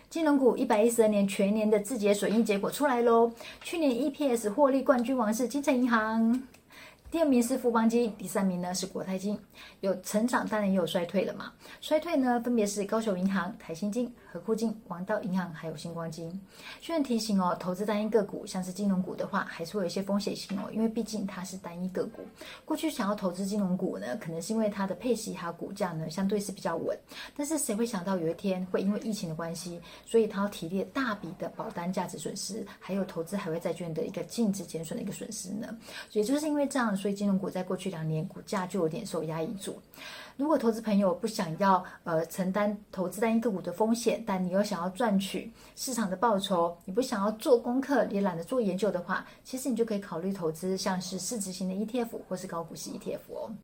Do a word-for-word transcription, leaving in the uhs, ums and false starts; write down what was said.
金融股一百一十二年全年的自解损益结果出来咯，去年 E P S 获利冠军王是金城银行，第二名是富邦金，第三名呢是国泰金。有成长当然也有衰退了嘛，衰退呢分别是高雄银行、台新金、和库金、王道银行还有星光金。虽然提醒哦，投资单一个股像是金融股的话还是会有一些风险性哦，因为毕竟它是单一个股。过去想要投资金融股呢，可能是因为它的配息还有股价呢相对是比较稳，但是谁会想到有一天会因为疫情的关系，所以它要提列大笔的保单价值损失，还有投资海外债券的一个净值减损的一个损失呢？所以就是因为这样，所以金融股在过去两年股价就有点受压抑住。如果投资朋友不想要呃承担投资单一个股的风险，但你又想要赚取市场的报酬，你不想要做功课也懒得做研究的话，其实你就可以考虑投资像是市值型的 E T F 或是高股息 E T F 哦。